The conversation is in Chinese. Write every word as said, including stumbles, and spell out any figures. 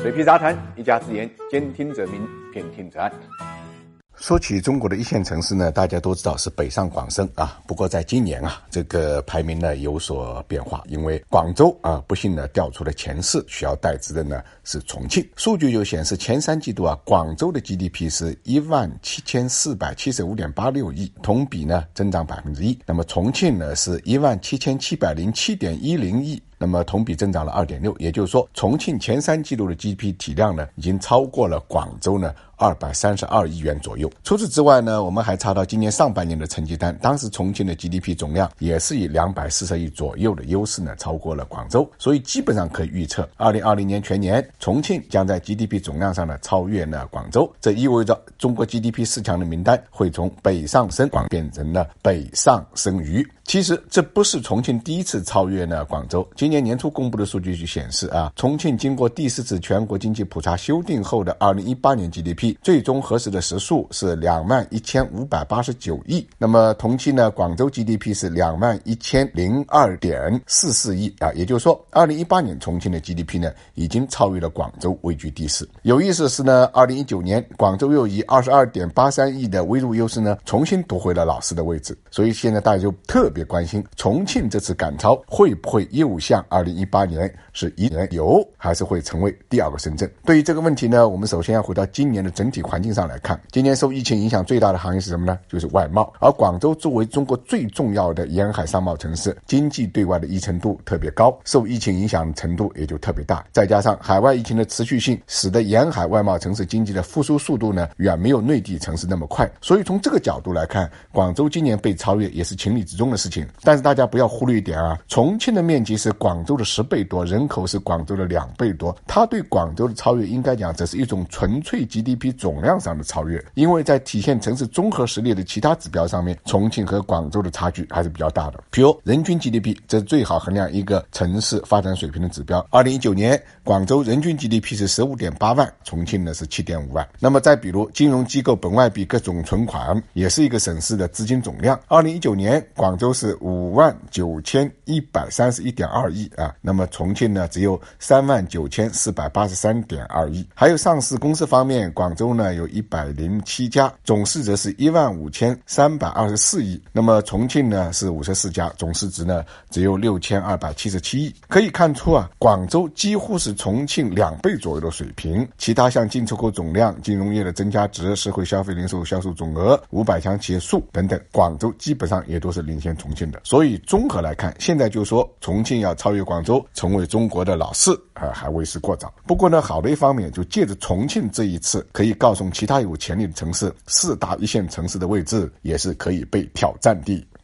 水皮杂谈，一家之言，兼听则明，偏听则暗。说起中国的一线城市呢，大家都知道是北上广深啊。不过在今年啊，这个排名呢有所变化，因为广州啊不幸呢掉出了前四，取而代之的呢是重庆。数据就显示，前三季度啊，广州的 G D P 是一万七千四百七十五点八六亿，同比呢增长百分之一。那么重庆呢是一万七千七百零七点一零亿。那么同比增长了 二点六， 也就是说重庆前三季度的 G D P 体量呢已经超过了广州呢二百三十二亿元左右。除此之外呢，我们还查到今年上半年的成绩单，当时重庆的 G D P 总量也是以两百四十亿左右的优势呢超过了广州，所以基本上可以预测二零二零年全年重庆将在 G D P 总量上呢超越了广州。这意味着中国 G D P 四强的名单会从北上深广变成了北上深渝。其实这不是重庆第一次超越了广州，今年年初公布的数据就显示啊，重庆经过第四次全国经济普查修订后的二零一八年 G D P 最终核实的实数是两万一千五百八十九亿。那么同期呢，广州 G D P 是两万一千零二点四四亿啊，也就是说二零一八年重庆的 G D P 呢已经超越了广州，位居第四。有意思的是呢，二零一九年广州又以二十二点八三亿的微弱优势呢重新夺回了老四的位置。所以现在大家就特别关心重庆这次赶超会不会又像二零一八年是一年游，还是会成为第二个深圳。对于这个问题呢，我们首先要回到今年的整体环境上来看。今年受疫情影响最大的行业是什么呢？就是外贸。而广州作为中国最重要的沿海商贸城市，经济对外的依存度特别高，受疫情影响程度也就特别大。再加上海外疫情的持续性，使得沿海外贸城市经济的复苏速度呢远没有内地城市那么快。所以从这个角度来看，广州今年被超越也是情理之中的事情。但是大家不要忽略一点啊，重庆的面积是广州的十倍多，人口是广州的两倍多，它对广州的超越应该讲这是一种纯粹 G D P 总量上的超越，因为在体现城市综合实力的其他指标上面，重庆和广州的差距还是比较大的。比如人均 G D P， 这是最好衡量一个城市发展水平的指标。二零一九年广州人均 G D P 是 十五点八万，重庆呢是 七点五万。那么再比如金融机构本外币各种存款，也是一个省市的资金总量。二零一九年广州是五万九千一百三十一点二亿啊，那么重庆呢只有三万九千四百八十三点二亿。还有上市公司方面，广州呢有一百零七家，总市值是一万五千三百二十四亿，那么重庆呢是五十四家，总市值呢只有六千二百七十七亿。可以看出啊，广州几乎是重庆两倍左右的水平。其他像进出口总量、金融业的增加值、社会消费零售销售总额、五百强企业数等等，广州基本上也都是领先重庆的。所以综合来看，现在就说重庆要超越广州成为中国的老四啊，还为时过早。不过呢，好的一方面就借着重庆这一次，可以告诉其他有潜力的城市，四大一线城市的位置也是可以被挑战的。